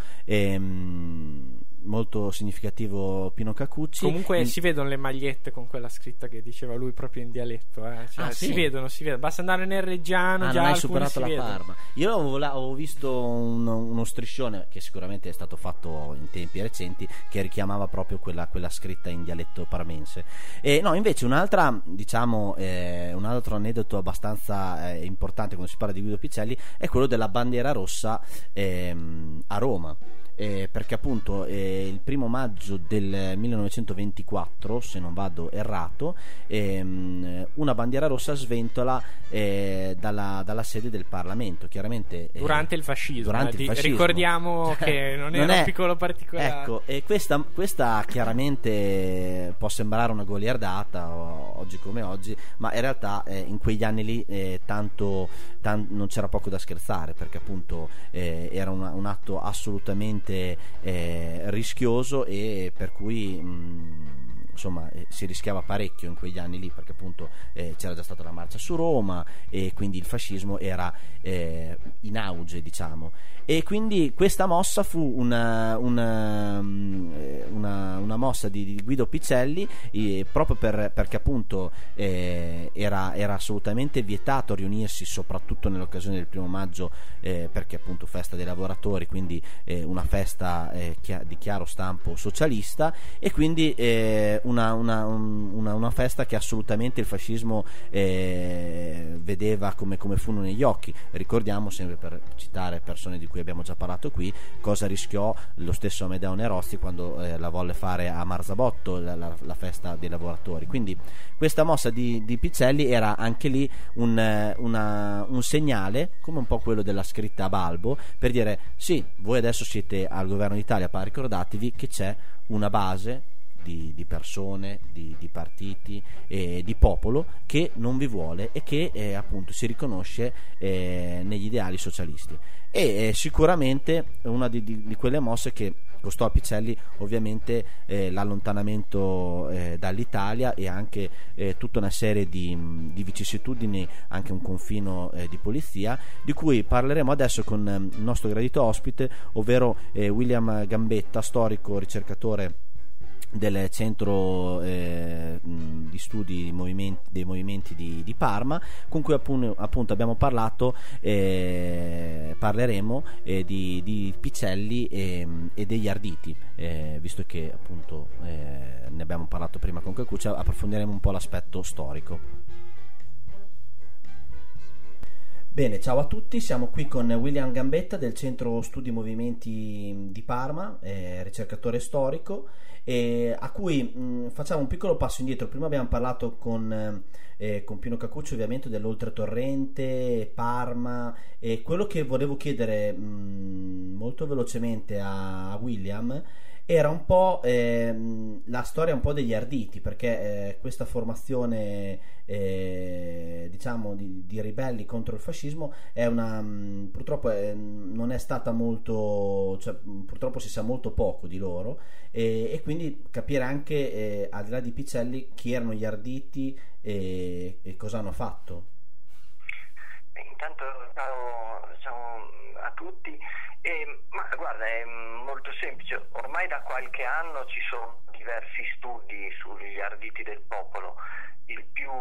molto significativo Pino Cacucci. Comunque si vedono le magliette con quella scritta che diceva lui proprio in dialetto, cioè, sì? si vedono, basta andare nel Reggiano, già non hai superato la vedono. Parma. Io avevo visto uno striscione che sicuramente è stato fatto in tempi recenti, che richiamava proprio quella scritta in dialetto parmense. E no, invece un'altra, diciamo, un altro aneddoto abbastanza importante quando si parla di Guido Picelli è quello della bandiera rossa a Roma. Perché appunto il 1° maggio del 1924, se non vado errato, una bandiera rossa sventola dalla sede del Parlamento, chiaramente durante il fascismo. Ricordiamo che non era un piccolo particolare. Ecco, e questa chiaramente può sembrare una goliardata oggi come oggi, ma in realtà in quegli anni lì tanto non c'era poco da scherzare, perché appunto era un atto assolutamente rischioso, e per cui insomma si rischiava parecchio in quegli anni lì, perché appunto c'era già stata la marcia su Roma e quindi il fascismo era in auge, diciamo. E quindi questa mossa fu una mossa di Guido Picelli, proprio perché appunto era assolutamente vietato riunirsi, soprattutto nell'occasione del 1° maggio, perché appunto festa dei lavoratori, quindi una festa di chiaro stampo socialista, e quindi una festa che assolutamente il fascismo vedeva come fumo negli occhi. Ricordiamo, sempre per citare persone di cui abbiamo già parlato qui, cosa rischiò lo stesso Amedeo Nerozzi quando la volle fare a Marzabotto, la festa dei lavoratori. Quindi questa mossa di Picelli era anche lì un segnale, come un po' quello della scritta a Balbo, per dire: sì, voi adesso siete al governo d'Italia, ma ricordatevi che c'è una base di persone, di partiti e di popolo che non vi vuole e che appunto si riconosce negli ideali socialisti. E sicuramente una di quelle mosse che costò a Picelli ovviamente l'allontanamento dall'Italia, e anche tutta una serie di vicissitudini, anche un confino di polizia, di cui parleremo adesso con il nostro gradito ospite, ovvero William Gambetta, storico, ricercatore del centro di studi dei movimenti di Parma, con cui appunto abbiamo parlato, parleremo di Picelli e degli Arditi, visto che appunto ne abbiamo parlato prima con Cacucci, approfondiremo un po' l'aspetto storico. Bene, ciao a tutti, siamo qui con William Gambetta del Centro Studi Movimenti di Parma, ricercatore storico, a cui facciamo un piccolo passo indietro. Prima abbiamo parlato con Pino Cacucci ovviamente dell'Oltretorrente, Parma, e quello che volevo chiedere molto velocemente a William era un po' la storia un po' degli Arditi, perché questa formazione diciamo di ribelli contro il fascismo è purtroppo non è stata molto, cioè, purtroppo si sa molto poco di loro, e quindi capire anche al di là di Picelli chi erano gli Arditi e cosa hanno fatto. Intanto ciao a tutti. Ma guarda, è molto semplice, ormai da qualche anno ci sono diversi studi sugli Arditi del popolo. Il più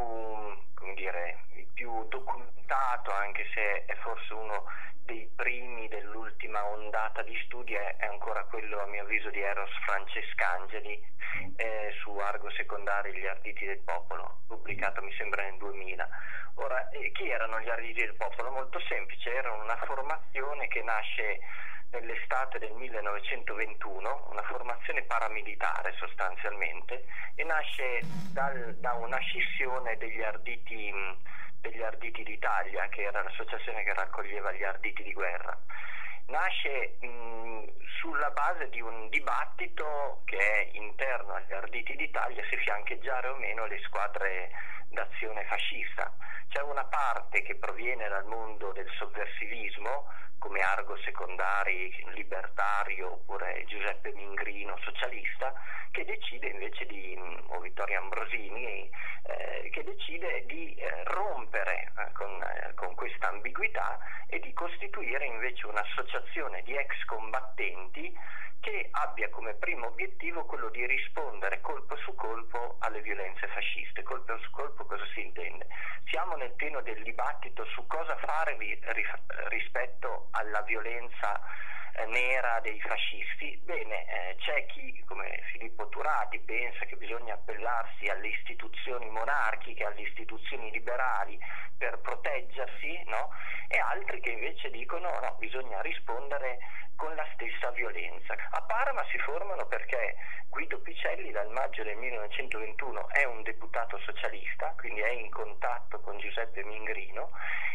documentato, anche se è forse uno dei primi dell'ultima ondata di studi, è ancora quello, a mio avviso, romanzo di Eros Francescangeli su Argo Secondari, Gli Arditi del Popolo, pubblicato mi sembra nel 2000. Ora, chi erano gli Arditi del Popolo? Molto semplice, erano una formazione che nasce nell'estate del 1921, una formazione paramilitare sostanzialmente, e nasce da una scissione degli Arditi d'Italia, che era l'associazione che raccoglieva gli arditi di guerra. Nasce sulla base di un dibattito che è interno agli Arditi d'Italia se fiancheggiare o meno le squadre d'azione fascista. C'è una parte che proviene dal mondo del sovversivismo, come Argo Secondari, libertario, oppure Giuseppe Mingrino, socialista, che decide invece o Vittorio Ambrosini, che decide di rompere con questa ambiguità e di costituire invece un'associazione di ex combattenti che abbia come primo obiettivo quello di rispondere colpo su colpo alle violenze fasciste. Colpo su colpo cosa si intende? Siamo nel pieno del dibattito su cosa fare rispetto alla violenza nera dei fascisti. Bene, c'è chi, come Filippo Turati, pensa che bisogna appellarsi alle istituzioni monarchiche, alle istituzioni liberali per proteggersi, no? E altri che invece dicono no, bisogna rispondere con la stessa violenza. A Parma si formano perché Guido Picelli dal maggio del 1921 è un deputato socialista, quindi è in contatto con Giuseppe Mingrino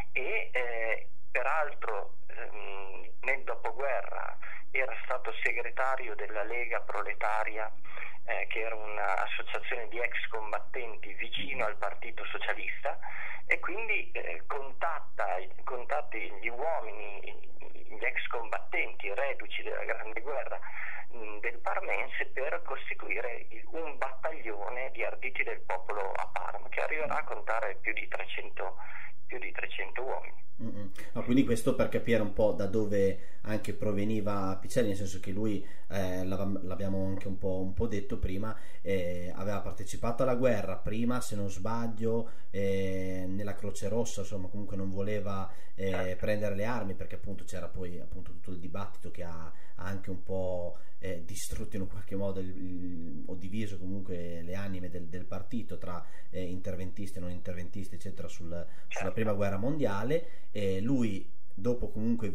e peraltro nel dopoguerra era stato segretario della Lega Proletaria, che era un'associazione di ex combattenti vicino al Partito Socialista, e quindi contatta gli uomini, gli ex combattenti reduci della Grande Guerra del Parmense per costituire un battaglione di Arditi del Popolo a Parma, che arriverà a contare più di 300 uomini. No, quindi questo per capire un po' da dove anche proveniva Picelli, nel senso che lui l'abbiamo anche un po' detto prima, aveva partecipato alla guerra prima, se non sbaglio, nella Croce Rossa, insomma comunque non voleva prendere le armi, perché appunto c'era poi appunto tutto il dibattito che ha anche un po' distrutto in un qualche modo o diviso comunque le anime del partito tra interventisti e non interventisti eccetera sulla prima guerra mondiale. Lui dopo comunque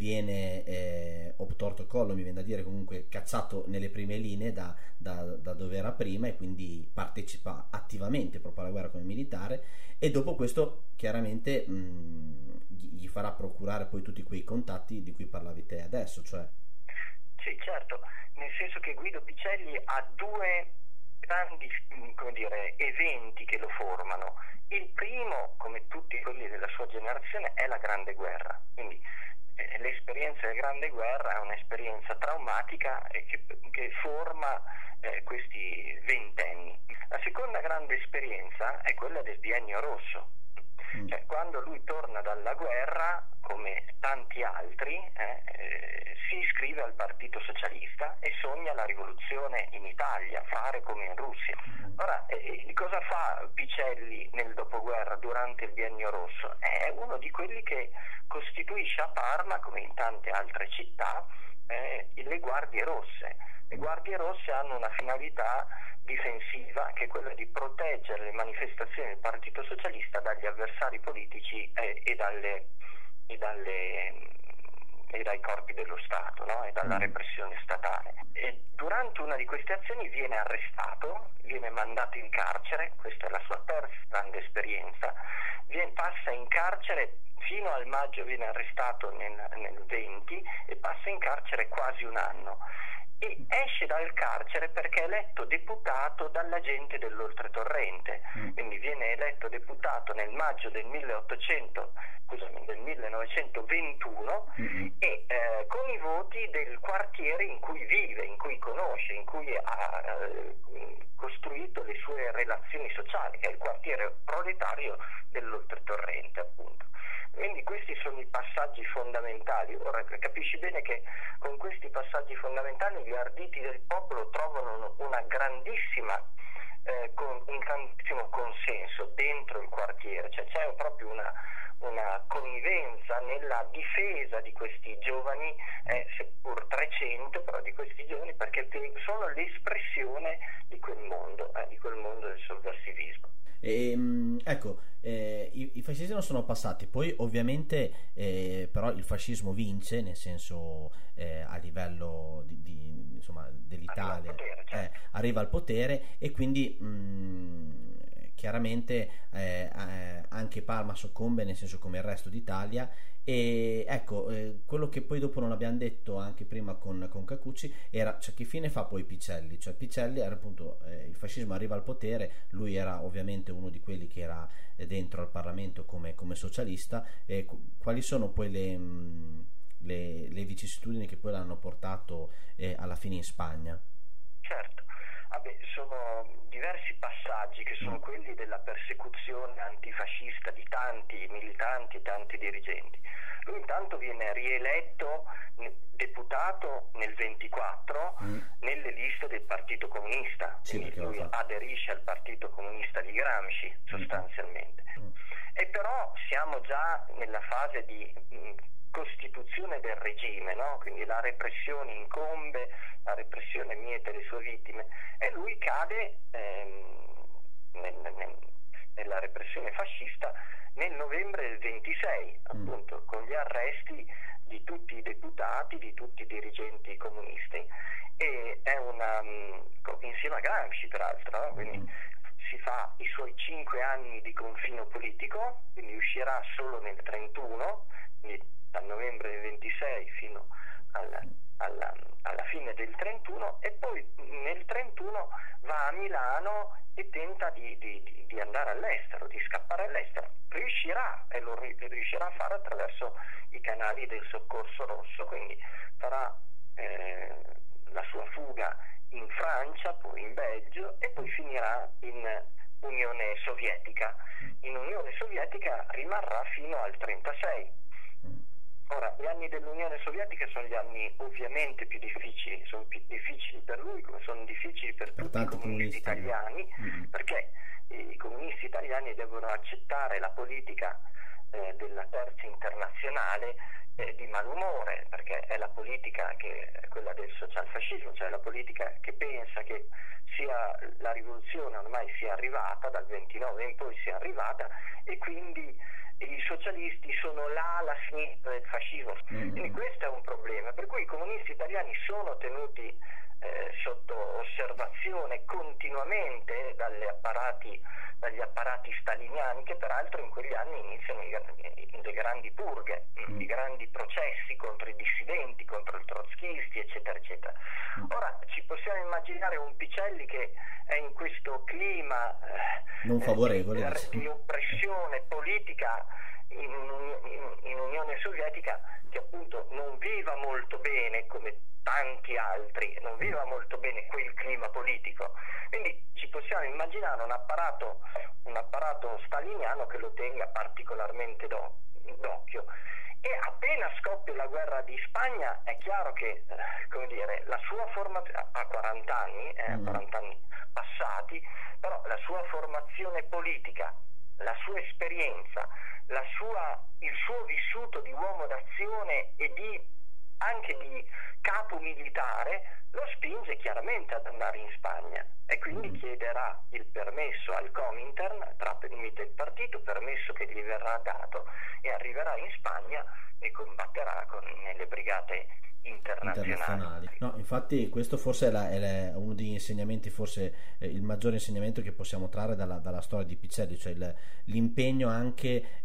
viene obtorto collo, mi viene da dire, comunque cacciato nelle prime linee da dove era prima, e quindi partecipa attivamente proprio alla guerra come militare, e dopo questo chiaramente gli farà procurare poi tutti quei contatti di cui parlavi te adesso, cioè. Sì, certo, nel senso che Guido Picelli ha due grandi, come dire, eventi che lo formano. Il primo, come tutti quelli della sua generazione, è la Grande Guerra, quindi l'esperienza della Grande Guerra è un'esperienza traumatica che forma questi ventenni. La seconda grande esperienza è quella del Biennio Rosso. Cioè, quando lui torna dalla guerra, come tanti altri, si iscrive al Partito Socialista e sogna la rivoluzione in Italia, fare come in Russia. Ora, cosa fa Picelli nel dopoguerra durante il Biennio Rosso? È uno di quelli che costituisce a Parma, come in tante altre città, le Guardie Rosse. Le Guardie Rosse hanno una finalità difensiva, che è quella di proteggere le manifestazioni del Partito Socialista dagli avversari politici e dai corpi dello Stato, no? E dalla repressione statale. E durante una di queste azioni viene arrestato, viene mandato in carcere, questa è la sua terza grande esperienza, passa in carcere fino al maggio, viene arrestato nel 20 e passa in carcere quasi un anno. E esce dal carcere perché è eletto deputato dalla gente dell'Oltretorrente, quindi viene eletto deputato nel maggio del 1921 e con i voti del quartiere in cui vive, in cui conosce, in cui ha costruito le sue relazioni sociali, che è il quartiere proletario dell'Oltretorrente, appunto. Quindi questi sono i passaggi fondamentali. Ora capisci bene che con questi passaggi fondamentali gli Arditi del Popolo trovano un grandissimo consenso dentro il quartiere, cioè c'è proprio una connivenza nella difesa di questi giovani, seppur 300 però di questi giovani, perché sono l'espressione di quel mondo del sovversivismo. Ecco, i fascisti non sono passati, poi ovviamente però il fascismo vince, nel senso a livello insomma, dell'Italia arriva al potere, e quindi chiaramente anche Parma soccombe, nel senso come il resto d'Italia. E ecco, quello che poi dopo non abbiamo detto anche prima con Cacucci era, cioè, che fine fa poi Picelli? Cioè Picelli era appunto, il fascismo arriva al potere, lui era ovviamente uno di quelli che era dentro al Parlamento come socialista. Quali sono poi le vicissitudini che poi l'hanno portato alla fine in Spagna? Certo. Sono diversi passaggi che sono quelli della persecuzione antifascista di tanti militanti e tanti dirigenti. Lui intanto viene rieletto deputato nel 24 nelle liste del Partito Comunista, quindi lui aderisce al Partito Comunista di Gramsci sostanzialmente. E però siamo già nella fase di costituzione del regime, no? Quindi la repressione incombe, la repressione miete le sue vittime, e lui cade nella repressione fascista nel novembre del 26, appunto, con gli arresti di tutti i deputati, di tutti i dirigenti comunisti, e è insieme a Gramsci peraltro, no? Quindi si fa i suoi 5 anni di confino politico, quindi uscirà solo nel 31, quindi dal novembre del 26 fino alla fine del 31, e poi nel 31 va a Milano e tenta di andare all'estero, di scappare all'estero. Riuscirà, e lo riuscirà a fare attraverso i canali del Soccorso Rosso, quindi farà la sua fuga in Francia, poi in Belgio, e poi finirà in Unione Sovietica. In Unione Sovietica rimarrà fino al 36. Ora, gli anni dell'Unione Sovietica sono gli anni ovviamente più difficili, sono più difficili per lui come sono difficili per tutti i comunisti italiani, perché i comunisti italiani devono accettare la politica della terza internazionale di malumore, perché è la politica che è quella del socialfascismo, cioè la politica che pensa che la rivoluzione ormai sia arrivata, dal 29 in poi sia arrivata, e quindi i socialisti sono la sinistra del fascismo. Quindi questo è un problema, per cui i comunisti italiani sono tenuti sotto osservazione continuamente dagli apparati staliniani, che peraltro in quegli anni iniziano le grandi purghe, i grandi processi contro i dissidenti, contro i trotskisti, eccetera eccetera. Ora ci possiamo immaginare un Picelli che è in questo clima non favorevole di oppressione politica in Unione Sovietica, che appunto non viva molto bene, come tanti altri, non viva molto bene quel clima politico. Quindi ci possiamo immaginare un apparato staliniano che lo tenga particolarmente d'occhio. E appena scoppia la guerra di Spagna è chiaro che la sua formazione a 40 anni passati, però la sua formazione politica, la sua esperienza, il suo vissuto di uomo d'azione e anche di capo militare lo spinge chiaramente ad andare in Spagna, e quindi chiederà il permesso al Comintern tramite il partito, permesso che gli verrà dato, e arriverà in Spagna e combatterà nelle brigate internazionali. No, infatti questo forse è uno degli insegnamenti, forse il maggiore insegnamento che possiamo trarre dalla storia di Picelli, cioè l'impegno anche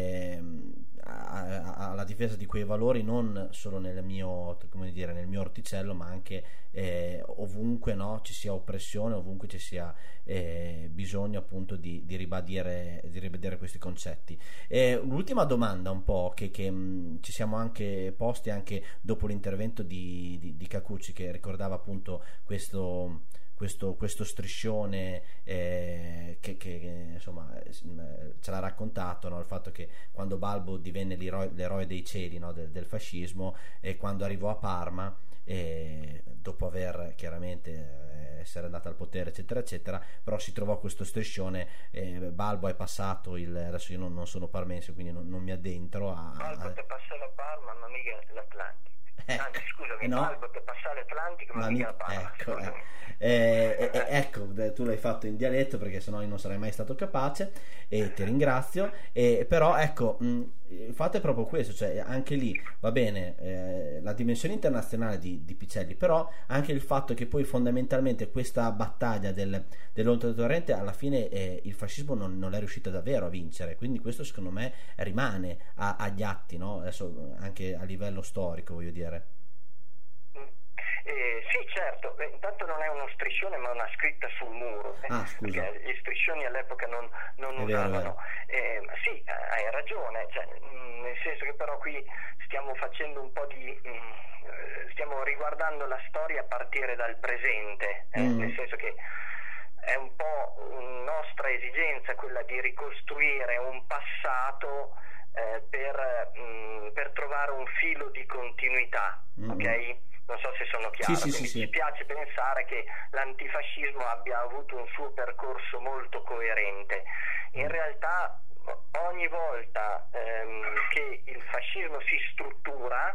alla difesa di quei valori, non solo nel mio orticello, ma anche ovunque ci sia oppressione, ovunque ci sia bisogno appunto di ribadire questi concetti. L'ultima domanda un po' che ci siamo anche posti anche dopo l'intervento di Cacucci, che ricordava appunto questo questo striscione che insomma ce l'ha raccontato, no? Il fatto che quando Balbo divenne l'eroe dei cieli, no? del fascismo, e quando arrivò a Parma, dopo aver chiaramente essere andato al potere eccetera eccetera, però si trovò questo striscione. Balbo è passato adesso io non sono parmense, quindi non mi addentro Balbo te passa la Parma ma mica l'Atlantico. Anzi, scusami, no? Balbo te passa l'Atlantico ma mica la Parma. Ecco, tu l'hai fatto in dialetto perché sennò io non sarei mai stato capace, e ti ringrazio. Però ecco, il fatto è proprio questo, cioè anche lì va bene la dimensione internazionale di Picelli, però anche il fatto che poi fondamentalmente questa battaglia dell'oltretorrente alla fine il fascismo non è riuscito davvero a vincere, quindi questo secondo me rimane agli atti, no? Adesso anche a livello storico, voglio dire. Sì, certo, intanto non è uno striscione ma una scritta sul muro, perché gli striscioni all'epoca non usavano. Sì, hai ragione, cioè, nel senso che però qui stiamo facendo un po' stiamo riguardando la storia a partire dal presente, nel senso che è un po' nostra esigenza quella di ricostruire un passato per trovare un filo di continuità, ok? Non so se sono chiaro. Sì. Mi piace pensare che l'antifascismo abbia avuto un suo percorso molto coerente. In realtà ogni volta che il fascismo si struttura,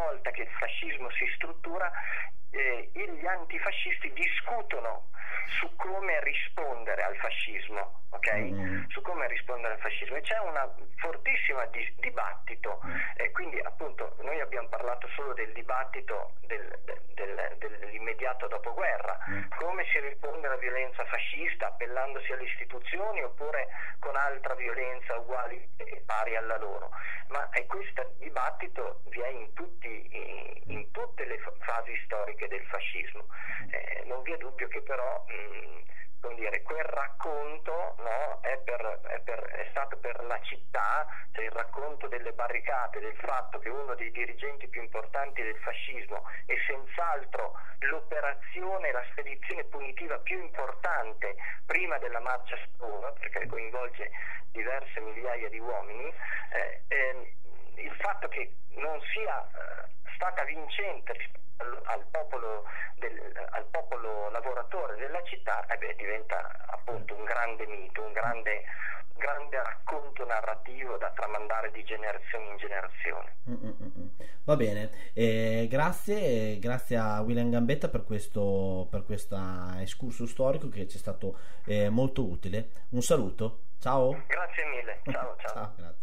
gli antifascisti discutono su come rispondere al fascismo, ok? Su come rispondere al fascismo, e c'è una fortissima dibattito, quindi appunto noi abbiamo parlato solo del dibattito dell'immediato dopoguerra, come si risponde alla violenza fascista appellandosi alle istituzioni oppure con altra violenza uguali e pari alla loro, ma questo dibattito vi è in tutte le fasi storiche del fascismo. Non vi è dubbio che però quel racconto, no, è stato per la città, cioè il racconto delle barricate, del fatto che uno dei dirigenti più importanti del fascismo e senz'altro l'operazione, la spedizione punitiva più importante prima della marcia Stova, perché coinvolge diverse migliaia di uomini, il fatto che non sia stata vincente rispetto al popolo lavoratore della città, diventa appunto un grande mito, un grande racconto narrativo da tramandare di generazione in generazione. Va bene, grazie a William Gambetta per questo excursus storico che ci è stato molto utile. Un saluto, ciao. Grazie mille, ciao. Ciao, grazie.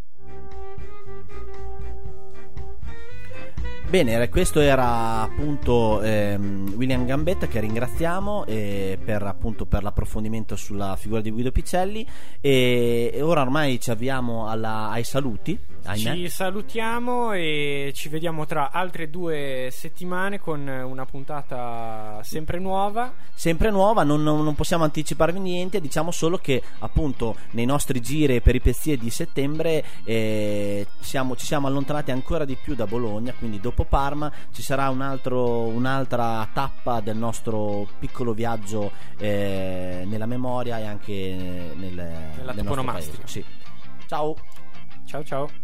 Bene, questo era appunto William Gambetta, che ringraziamo per l'approfondimento sulla figura di Guido Picelli, e ora ormai ci avviamo ai saluti. Ci salutiamo e ci vediamo tra altre 2 settimane con una puntata sempre nuova, non possiamo anticiparvi niente, diciamo solo che appunto nei nostri giri e peripezie di settembre ci siamo allontanati ancora di più da Bologna, quindi dopo Parma ci sarà un'altra tappa del nostro piccolo viaggio nella memoria e anche nel nostro paese. Sì. Ciao.